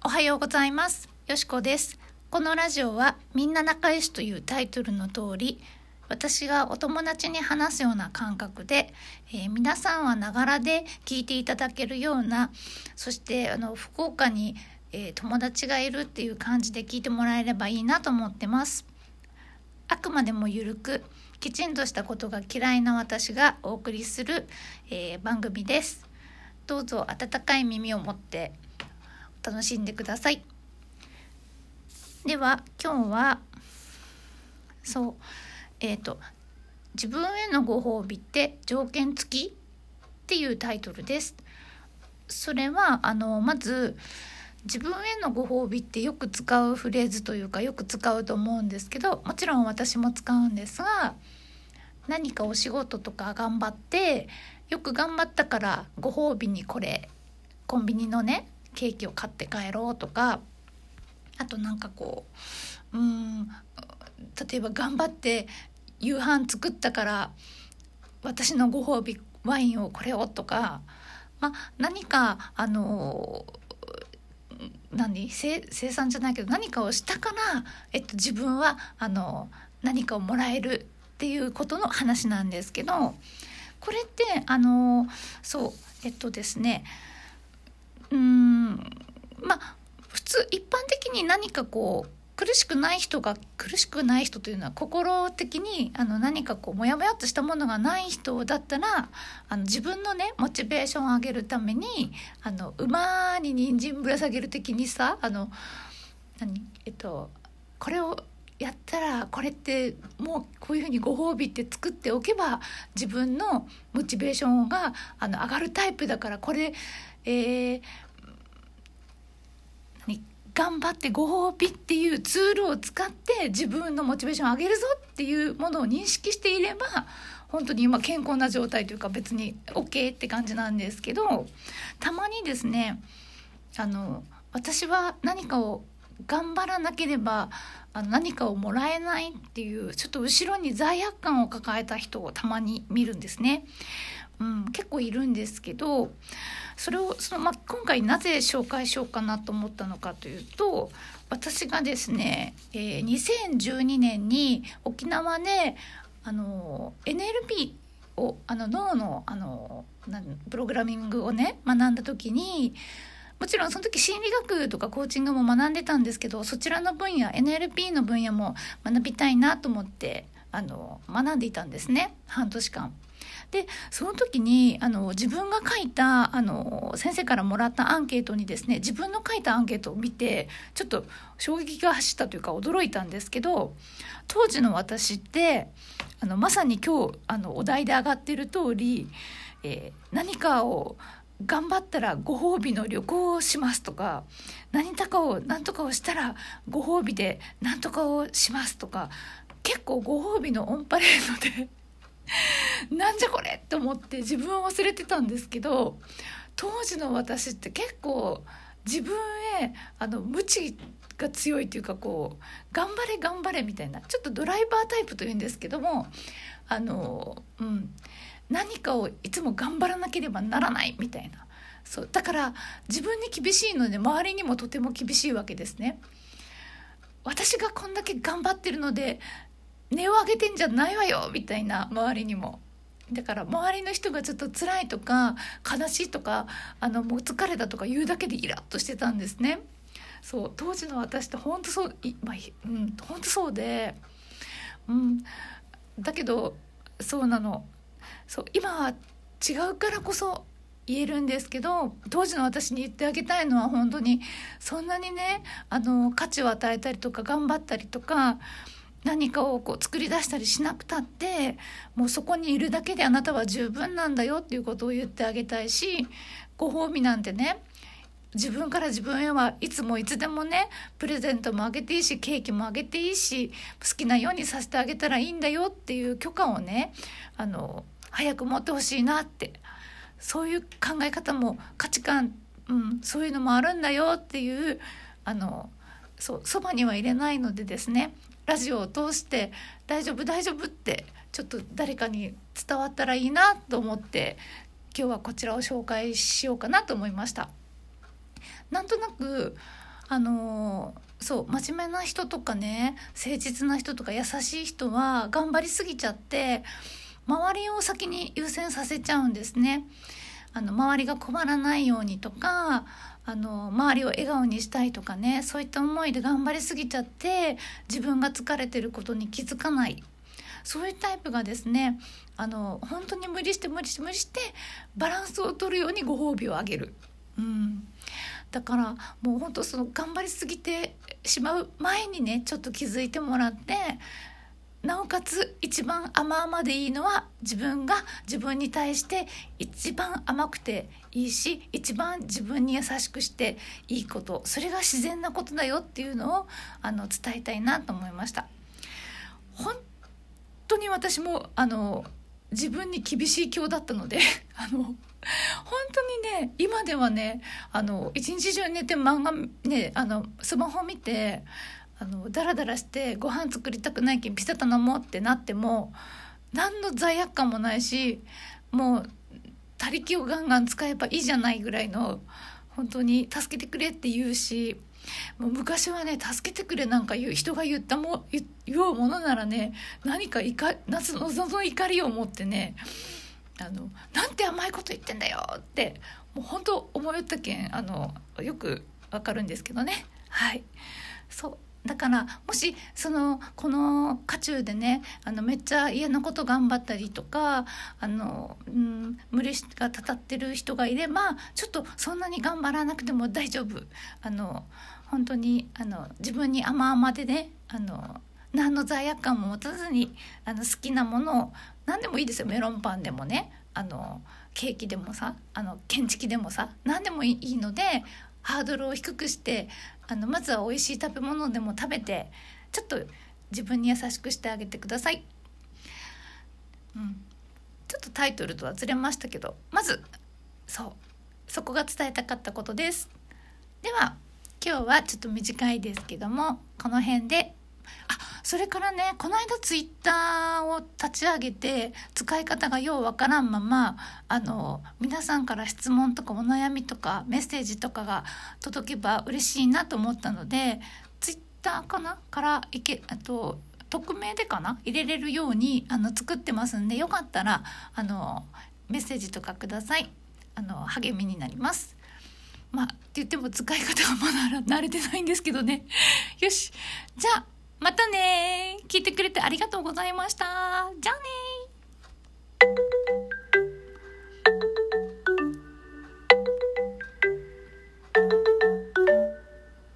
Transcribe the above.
おはようございます。よしこです。このラジオはみんな仲良しというタイトルの通り、私がお友達に話すような感覚で、皆さんはながらで聞いていただけるような、そして福岡に、友達がいるっていう感じで聞いてもらえればいいなと思ってます。あくまでもゆるくきちんとしたことが嫌いな私がお送りする、番組です。どうぞ温かい耳を持って楽しんでください。では今日は自分へのご褒美って条件付きっていうタイトルです。それはまず自分へのご褒美ってよく使うフレーズというかよく使うと思うんですけど、もちろん私も使うんですが、何かお仕事とか頑張ってよく頑張ったからご褒美にこれコンビニのねケーキを買って帰ろうとか、あと例えば頑張って夕飯作ったから私のご褒美ワインをこれをとか、何か生産じゃないけど何かをしたから、自分は何かをもらえるっていうことの話なんですけど、これってですね普通一般的に何か苦しくない人というのは心的に何かモヤモヤっとしたものがない人だったら自分のねモチベーションを上げるために馬に人参ぶら下げる的にさこれをやったらこれってもうこういうふうにご褒美って作っておけば自分のモチベーションが上がるタイプだから、これ頑張ってご褒美っていうツールを使って自分のモチベーションを上げるぞっていうものを認識していれば本当に今健康な状態というか別に OK って感じなんですけど、たまにですね私は何かを頑張らなければ何かをもらえないっていうちょっと後ろに罪悪感を抱えた人をたまに見るんですね。結構いるんですけど、それを今回なぜ紹介しようかなと思ったのかというと、私がですね、2012年に沖縄でNLP を脳のプログラミングをね学んだ時に、もちろんその時心理学とかコーチングも学んでたんですけど、そちらの分野 NLP の分野も学びたいなと思って学んでいたんですね、半年間。でその時に自分が書いた先生からもらったアンケートにですね、自分の書いたアンケートを見てちょっと衝撃が走ったというか驚いたんですけど、当時の私ってまさに今日お題で上がっている通り、何かを頑張ったらご褒美の旅行をしますとか、何とかをしたらご褒美で何とかをしますとか、結構ご褒美のオンパレードでなんじゃこれと思って自分を忘れてたんですけど、当時の私って結構自分へ無知が強いというか頑張れみたいな、ちょっとドライバータイプというんですけども何かをいつも頑張らなければならないみたいな、そうだから自分に厳しいので周りにもとても厳しいわけですね。私がこんだけ頑張ってるので値を上げてんじゃないわよみたいな、周りにも。だから周りの人がちょっと辛いとか悲しいとかもう疲れたとか言うだけでイラッとしてたんですね。そう当時の私って本当そう本当そうで、だけどそうなの。そう今は違うからこそ言えるんですけど、当時の私に言ってあげたいのは本当にそんなにね価値を与えたりとか頑張ったりとか何かを作り出したりしなくたって、もうそこにいるだけであなたは十分なんだよっていうことを言ってあげたいし、ご褒美なんてね自分から自分へはいつもいつでもねプレゼントもあげていいしケーキもあげていいし好きなようにさせてあげたらいいんだよっていう許可をね早く持ってほしいなって、そういう考え方も価値観、そういうのもあるんだよっていうそばには入れないのでですね、ラジオを通して大丈夫ってちょっと誰かに伝わったらいいなと思って今日はこちらを紹介しようかなと思いました。なんとなくそう真面目な人とかね、誠実な人とか優しい人は頑張りすぎちゃって周りを先に優先させちゃうんですね。周りが困らないようにとか、周りを笑顔にしたいとかね、そういった思いで頑張りすぎちゃって自分が疲れてることに気づかない、そういうタイプがですね、本当に無理してバランスを取るようにご褒美をあげる。だからもう本当その頑張りすぎてしまう前にね、ちょっと気づいてもらって、なおかつ一番甘々でいいのは自分が自分に対して一番甘くていいし、一番自分に優しくしていいこと、それが自然なことだよっていうのを伝えたいなと思いました。本当に私も自分に厳しい教だったので本当にね、今ではね一日中寝て漫画ねスマホ見てダラダラしてご飯作りたくないけんピザ頼もうってなっても何の罪悪感もないし、もう他力をガンガン使えばいいじゃないぐらいの、本当に助けてくれって言うし、もう昔はね、助けてくれなんか人が言おうものならね、何か謎の怒りを持ってね、なんて甘いこと言ってんだよってもう本当思いったけんよくわかるんですけどね。はい、そうだからもしこの渦中でねめっちゃ嫌なこと頑張ったりとか無理がたたってる人がいれば、ちょっとそんなに頑張らなくても大丈夫。本当に自分に甘々でね何の罪悪感も持たずに好きなものを何でもいいですよ。メロンパンでもねケーキでもさ建築でもさ何でもいいので、ハードルを低くしてまずは美味しい食べ物でも食べてちょっと自分に優しくしてあげてください。ちょっとタイトルとはずれましたけど、まずそこが伝えたかったことです。では今日はちょっと短いですけどもこの辺で、それからね、この間ツイッターを立ち上げて使い方がようわからんまま皆さんから質問とかお悩みとかメッセージとかが届けば嬉しいなと思ったので、ツイッターから匿名で入れれるように作ってますんで、よかったらメッセージとかください。励みになります。って言っても使い方がまだ慣れてないんですけどね。よし、じゃあまたね。聞いてくれてありがとうございました。じゃあね。